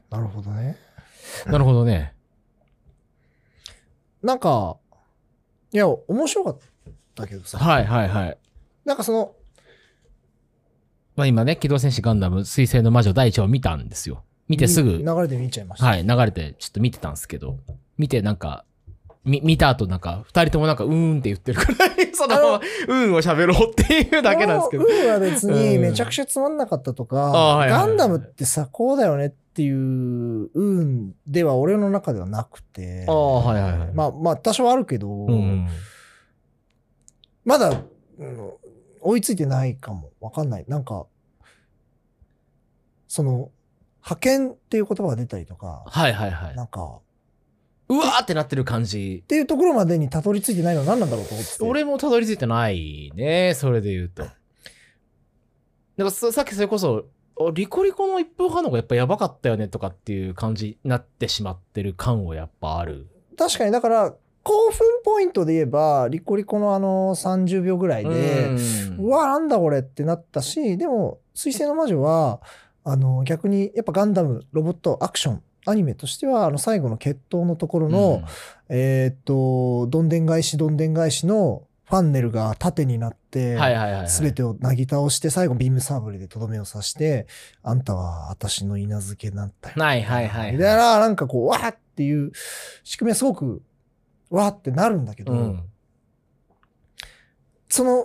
なるほどね。 なるほどね。 なんか、いや、面白かったけどさ。 はいはいはい。 なんかその、 まあ今ね、機動戦士ガンダム水星の魔女第1話を見たんですよ。見てすぐ、 流れで見ちゃいました。 はい、流れてちょっと見てたんですけど、見てなんか、見た後なんか、二人ともなんか、うーんって言ってるくらい、そのまま、うんを喋ろうっていうだけなんですけど。 運は別にめちゃくちゃつまんなかったとか、ガンダムってさ、こうだよねっていう運では俺の中ではなくて、 はいはいはい。 まあ多少あるけど、 うん。 まだ、追いついてないかも。わかんない。なんか、その、派遣っていう言葉が出たりとか、 はいはいはい。 なんか、 うわーってなってる感じ。 っていうところまでにたどり着いてないのは何なんだろうと思ってて。 俺もたどり着いてないね、それで言うと。だからさっきそれこそ、リコリコの1分半の方がやっぱやばかったよねとかっていう感じになってしまってる感はやっぱある。 確かに、だから、興奮ポイントで言えば、リコリコの30秒ぐらいで、うわ、なんだこれってなったし、でも、水星の魔女は、逆に、やっぱガンダム、ロボット、アクション、アニメとしては、最後の決闘のところの、どんでん返しのファンネルが縦になって、すべてをなぎ倒して、最後ビームサーブルでとどめを刺して、あんたは私の稲漬けなんだよ。 はいはいはい。 みたいな、なんかこう、わーっていう仕組みはすごく、わーってなるんだけど、その、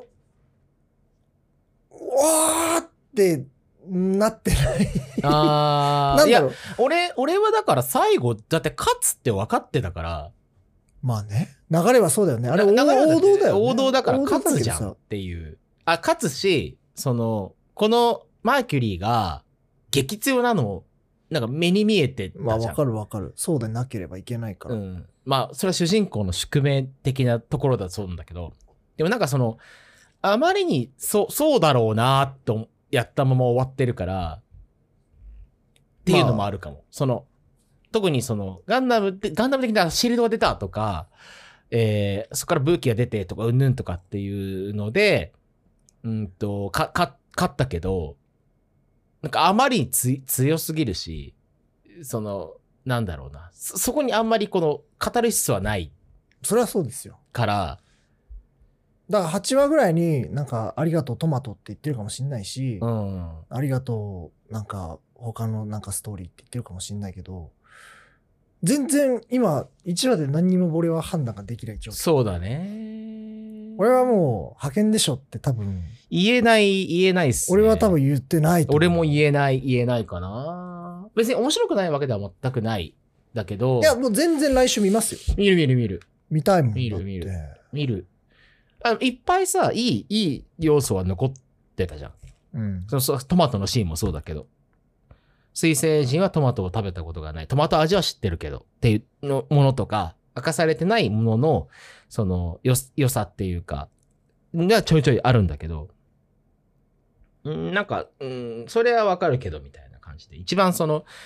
わーってなってないなんだろう。 俺はだから最後、だって勝つって分かってたから。 まあね。流れはそうだよね。あれ王道だよね。 王道だから勝つじゃんっていう。勝つし、このマーキュリーが激強なのを、なんか目に見えてたじゃん。 まあわかるわかる。そうでなければいけないから。 まあそれは主人公の宿命的なところだそうなんだけど、でもなんかあまりにそうだろうなとやったまま終わってるから、っていうのもあるかも。特にガンダム的なシールドが出たとか、そこから武器が出てとか、うんぬんとかっていうので、勝ったけど、なんかあまりに強すぎるし、なんだろうな。そこにあんまりカタルシスはない。 それはそうですよ。 から、 だから8話ぐらいになんかありがとうトマトって言ってるかもしんないし、 ありがとうなんか他のなんかストーリーって言ってるかもしんないけど、全然今1話で何にも俺は判断ができない状況。 そうだね。 俺はもう派遣でしょって多分。 言えないっすね。 俺は多分言ってないと思う。 俺も言えないかな。別に面白くないわけでは全くない。だけど。 いや、もう全然来週見ますよ。 見る。 見たいもん。 見る。いっぱいさ、いい要素は残ってたじゃん。 うん。 トマトのシーンもそうだけど。水星人はトマトを食べたことがない。トマト味は知ってるけど。っていうものとか、明かされてないものの、良さっていうか、がちょいちょいあるんだけど、なんか、それはわかるけど、みたいな感じで。一番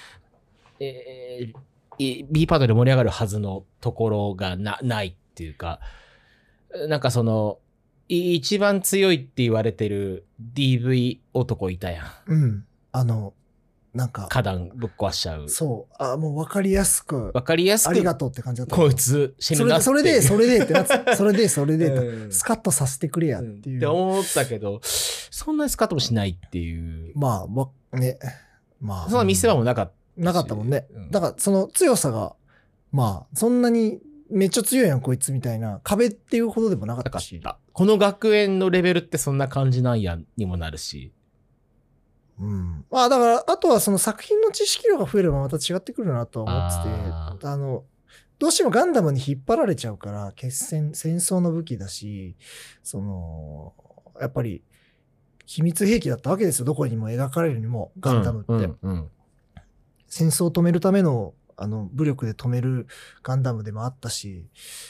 B パートで盛り上がるはずのところがないっていうか、なんか一番強いって言われてる DV 男いたやん。 うん。なんか。 花壇ぶっ壊しちゃう。 そう。もう分かりやすく。 ありがとうって感じだった。 こいつ死ぬなって。 それでってなって、それで、スカッとさせてくれやっていう。 って思ったけど、そんなにスカッともしないっていう。 まあ、ね。まあ。 そんな見せ場もなかった。 なかったもんね。だからその強さが、まあ、そんなにめっちゃ強いやんこいつみたいな壁っていうほどでもなかったし。 この学園のレベルってそんな感じなんやにもなるし。 まあだから、あとはその作品の知識量が増えればまた違ってくるなとは思ってて、どうしてもガンダムに引っ張られちゃうから、戦争の武器だし、やっぱり秘密兵器だったわけですよ。どこにも描かれるにも、ガンダムって。戦争を止めるための、武力で止めるガンダムでもあったし、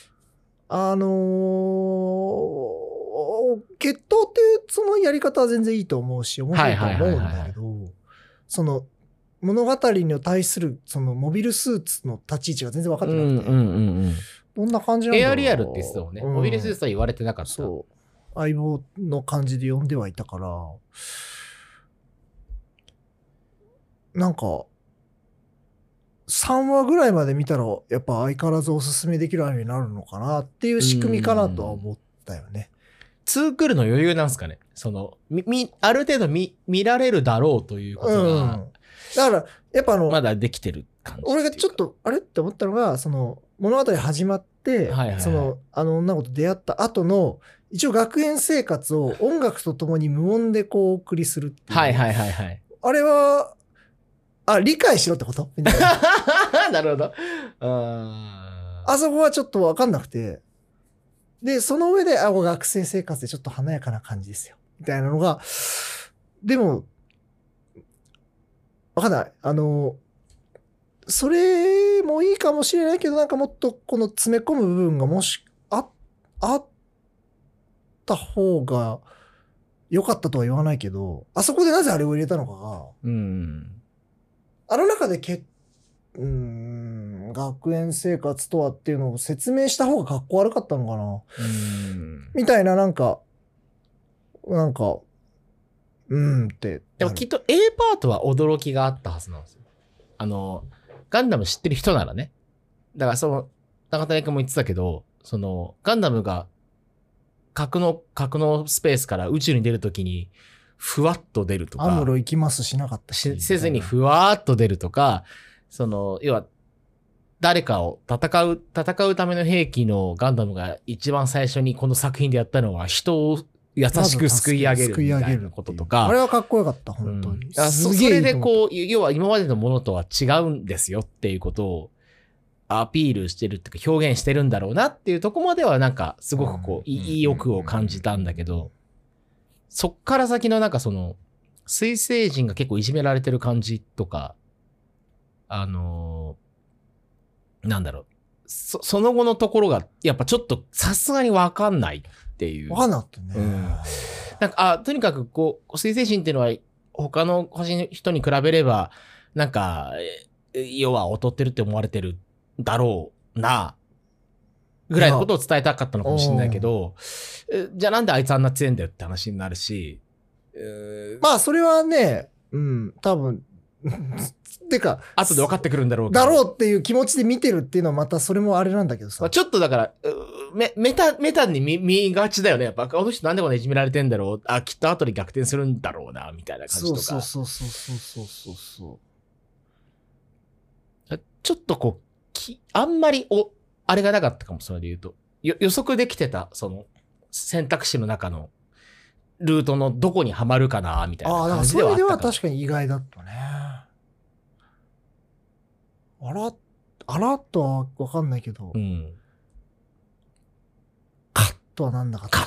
決闘っていうそのやり方は全然いいと思うし、面白いと思うんだけど、その物語に対するそのモビルスーツの立ち位置が全然分かってなくて、どんな感じなんだろう。 エアリアルって言ってたもんね。モビルスーツは言われてなかった。 そう。相棒の感じで呼んではいたから、なんか、 3話ぐらいまで見たら、やっぱ相変わらずおすすめできるアニメになるのかなっていう仕組みかなとは思ったよね。 2クールの余裕なんですかね。ある程度見られるだろうということが、 だから、やっぱまだできてる感じ。 俺がちょっと、あれって思ったのが、物語始まって、女の子と出会った後の、一応学園生活を音楽とともに無音でこうお送りするっていう。 はいはいはいはい。 あれは、理解しろってことみたいな。 なるほど。 あそこはちょっとわかんなくて。で、その上で、学生生活でちょっと華やかな感じですよ。みたいなのが、でも、わかんない。それもいいかもしれないけど、なんかもっとこの詰め込む部分がもしあった方が良かったとは言わないけど、あそこでなぜあれを入れたのかが、あの中で学園生活とはっていうのを説明した方がかっこ悪かったのかな。みたいな、なんか、って。 でもきっと A パートは驚きがあったはずなんですよ。ガンダム知ってる人ならね。だから中谷君も言ってたけど、ガンダムが核のスペースから宇宙に出るときに、ふわっと出るとか。 アムロ行きますしなかったし。 せずにふわっと出るとか、要は、誰かを戦うための兵器のガンダムが一番最初にこの作品でやったのは人を優しく救い上げるみたいなこととか。 あれはかっこよかった、本当に。 それで要は今までのものとは違うんですよっていうことをアピールしてるっていうか表現してるんだろうなっていうとこまではなんかすごく意欲を感じたんだけど、そっから先のなんか水星人が結構いじめられてる感じとか、なんだろう。その後のところが、やっぱちょっとさすがにわかんないっていう。 わかんなかったね。 なんか、とにかく水星人っていうのは他の星の人に比べれば、なんか、要は劣ってるって思われてるだろうな、ぐらいのことを伝えたかったのかもしれないけど、じゃあなんであいつあんな強いんだよって話になるし。 まあ、それはね、多分、てか、 後で分かってくるんだろうだろうっていう気持ちで見てるっていうのはまたそれもあれなんだけどさ。 ちょっとだから、メタに見がちだよね。やっぱ、この人なんでこんないじめられてんだろう。きっと後で逆転するんだろうな、みたいな感じとか。 そう。 ちょっとあんまり、あれがなかったかも、それで言うと。予測できてた、選択肢の中の、ルートのどこにはまるかな、みたいな感じではあったか。 それでは確かに意外だったね。あらとはわかんないけど、カッとはなんなかった。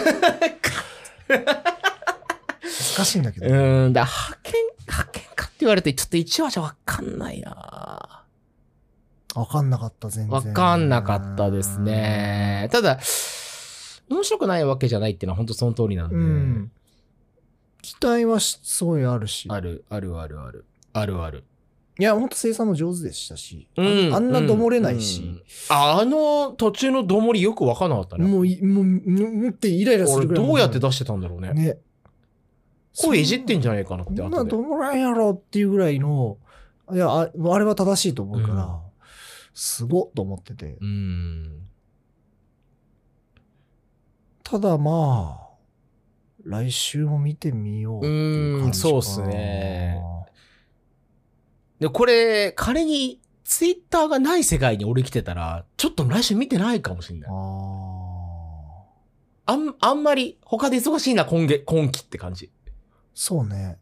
難しいんだけど。 派遣かって言われて、ちょっと1話じゃわかんないな。 わかんなかった、全然。 わかんなかったですね。ただ、面白くないわけじゃないっていうのは本当その通りなんで。 期待はすごいあるし。 ある。 いや、ほんと生産も上手でしたし。あんなどもれないし。 途中のどもりよくわかんなかったね。 もうってイライラするぐらい。 俺どうやって出してたんだろうね。 ね。 声いじってんじゃねえかなって。 そんなどもらんやろっていうぐらいの、いや、あれは正しいと思うから、すごっと思ってて。ただまあ、来週も見てみようっていう感じかな。 そうっすね。で、これ、仮にツイッターがない世界に俺来てたら、ちょっと来週見てないかもしれない。あんまり他で忙しいな、今期って感じ。 そうね。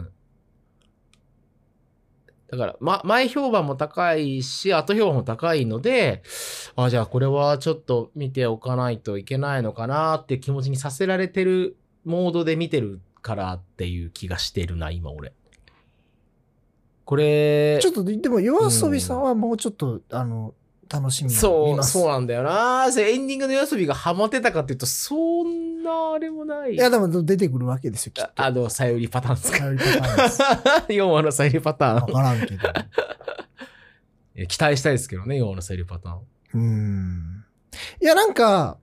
だから、前評判も高いし、後評判も高いので、じゃあこれはちょっと見ておかないといけないのかなって気持ちにさせられてるモードで見てるからっていう気がしてるな、今俺。これ。 ちょっと、でも、夜遊びさんはもうちょっと、楽しみに見ます。 そうなんだよな。エンディングの夜遊びがハマってたかっていうと、そんなあれもない。 いや、でも出てくるわけですよ、きっと。 さゆりパターンですか。 さゆりパターンです。 4話のさゆりパターン。 わからんけど。 期待したいですけどね、4話のさゆりパターン。 いや、なんか、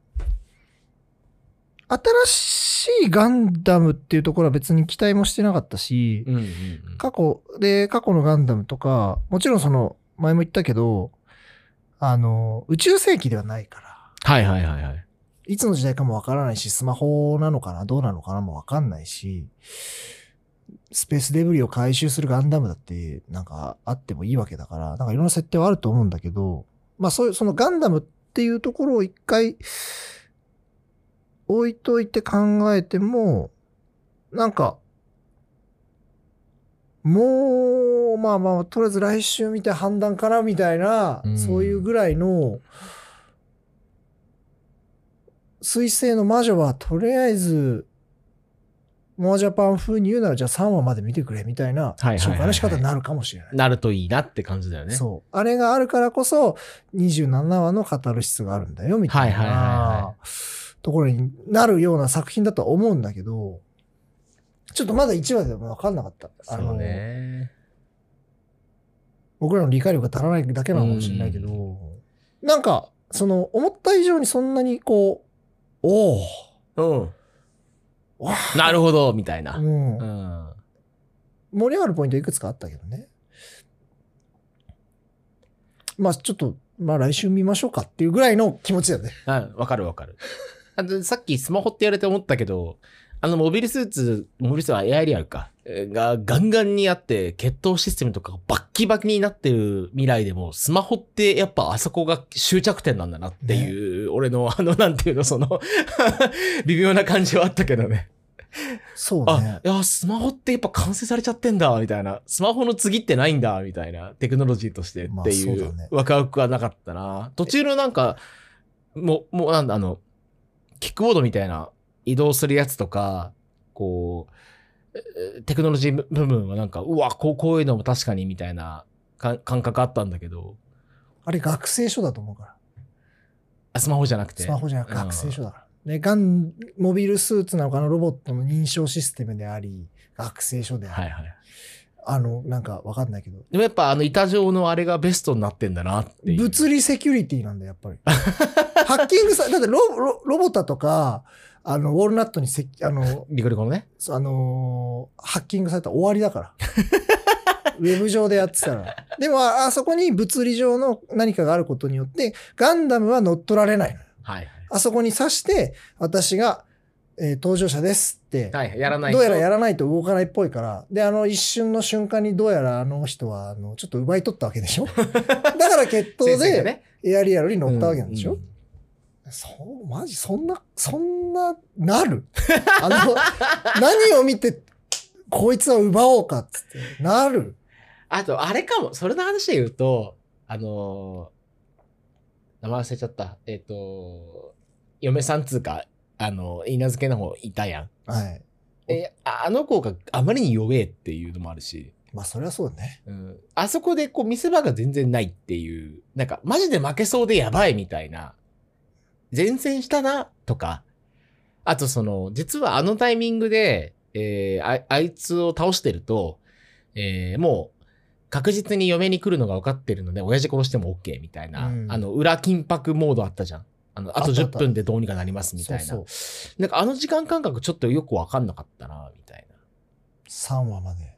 新しいガンダムっていうところは別に期待もしてなかったし、過去のガンダムとか、もちろん前も言ったけど、宇宙世紀ではないから。 はいはいはいはい。 いつの時代かもわからないし、スマホなのかな、どうなのかなもわかんないし、スペースデブリを回収するガンダムだってなんかあってもいいわけだから、なんかいろんな設定はあると思うんだけど、まあそういう、そのガンダムっていうところを一回置いといて考えても、なんか、もう、まあまあ、とりあえず来週見て判断かなみたいな、そういうぐらいの、水星の魔女はとりあえず、モアジャパン風に言うならじゃあ3話まで見てくれみたいな紹介の仕方になるかもしれない。 なるといいなって感じだよね。 そう。あれがあるからこそ27話の語る質があるんだよみたいなところになるような作品だとは思うんだけど、ちょっとまだ1話でも分かんなかった。 そうね。 僕らの理解力が足らないだけなのかもしれないけど、なんか、その思った以上にそんなにこう、おお、なるほど、みたいな。 盛り上がるポイントいくつかあったけどね。まあちょっと、まあ来週見ましょうかっていうぐらいの気持ちだよね。 わかるわかる。さっきスマホって言われて思ったけど、モビルスーツはエアリアルか。がガンガンにあって、決闘システムとかがバッキバキになってる未来でも、スマホってやっぱあそこが終着点なんだなっていう、俺のなんていうの、その微妙な感じはあったけどね。 そうね。 いや、スマホってやっぱ完成されちゃってんだ、みたいな。スマホの次ってないんだ、みたいな。テクノロジーとしてっていう、ワクワクはなかったな。途中のなんか、もうなんだ、キックボードみたいな移動するやつとか、こう、テクノロジー部分はなんか、うわ、こういうのも確かにみたいな感覚あったんだけど。 あれ学生書だと思うから。 スマホじゃなくて。 スマホじゃなくて学生書だから。で、モビルスーツなのかな、ロボットの認証システムであり、学生書であり。はいはい。なんかわかんないけど。 でもやっぱ板状のあれがベストになってんだなっていう。 物理セキュリティなんだ、やっぱり。ハッキングだってロボタとか、ウォールナットにリコリコのね。 ハッキングされたら終わりだから。ウェブ上でやってたら。でも、あそこに物理上の何かがあることによって、ガンダムは乗っ取られないの。 はい。 あそこに刺して、私が、搭乗者ですって、 はい、やらないと。 どうやらやらないと動かないっぽいから、で、一瞬の瞬間にどうやらあの人は、ちょっと奪い取ったわけでしょだから決闘で、エアリアルに乗ったわけなんでしょ、マジ、そんな、なる何を見て、こいつは奪おうかっつって、なる。 あと、あれかも、それの話で言うと、名前忘れちゃった。嫁さんつうか、稲付けの方いたやん。 はい。 あの子があまりに弱えっていうのもあるし。 まあ、それはそうね。 あそこでこう見せ場が全然ないっていう、なんか、マジで負けそうでやばいみたいな。前線したな、とか。あと実はあのタイミングで、あいつを倒してると、もう、確実に嫁に来るのが分かってるので、親父殺しても OK みたいな、裏緊迫モードあったじゃん。あと10分でどうにかなりますみたいな。なんか時間感覚ちょっとよく分かんなかったな、みたいな。 3話まで。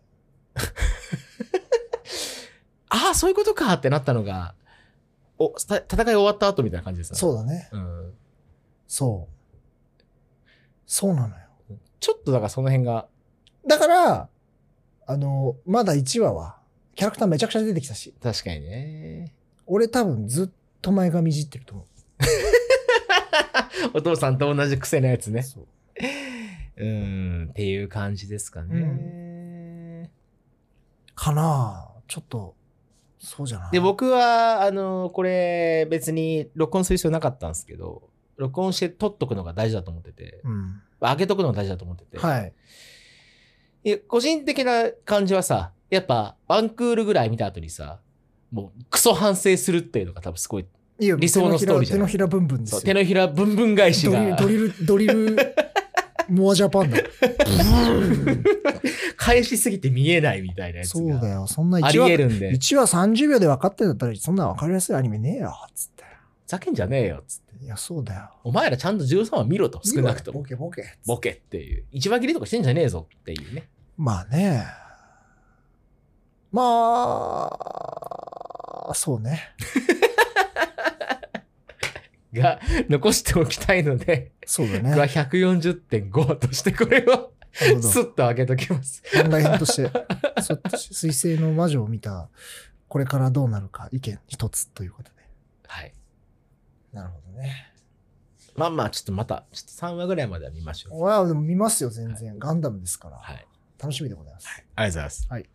ああ、そういうことかってなったのが、戦い終わった後みたいな感じですね。 そうだね。そうなのよ。 ちょっとだからその辺が。 だから、まだ1話は、キャラクターめちゃくちゃ出てきたし。 確かにね。 俺多分ずっと前髪いじってると思う。 お父さんと同じ癖のやつね。そう。っていう感じですかね。 かなぁ。ちょっと、そうじゃない。 で、僕は、これ別に録音する必要なかったんですけど、録音して撮っとくのが大事だと思ってて、開けとくのが大事だと思ってて。 はい。 個人的な感じはさ、やっぱ、ワンクールぐらい見た後にさ、もう、クソ反省するっていうのが多分すごい、理想のストーリーじゃない。 手のひらブンブンですよ。 手のひらブンブン返しが。 ドリル、モアジャパンだ。 返しすぎて見えないみたいなやつが。 そうだよ。そんな 1話、 1話30秒で分かってんだったら、そんな分かりやすいアニメねえよ、つって。 ふざけんじゃねえよ、つって。 いや、そうだよ。 お前らちゃんと13話見ろと、少なくとも。 ボケっていう。一話切りとかしてんじゃねえぞっていうね。 まあね。まあ、そうね。 が、残しておきたいので、 そうだ僕はね。 140.5 としてこれを、 なるほど。 スッと上げときます。 番外編として、水星の魔女を見た、これからどうなるか意見一つということで。 はい。 なるほどね。 まあまあ、ちょっとまた、ちょっと3話ぐらいまでは見ましょう。 でも見ますよ、全然。ガンダムですから。 はい。 楽しみでございます。 ありがとうございます。 はい。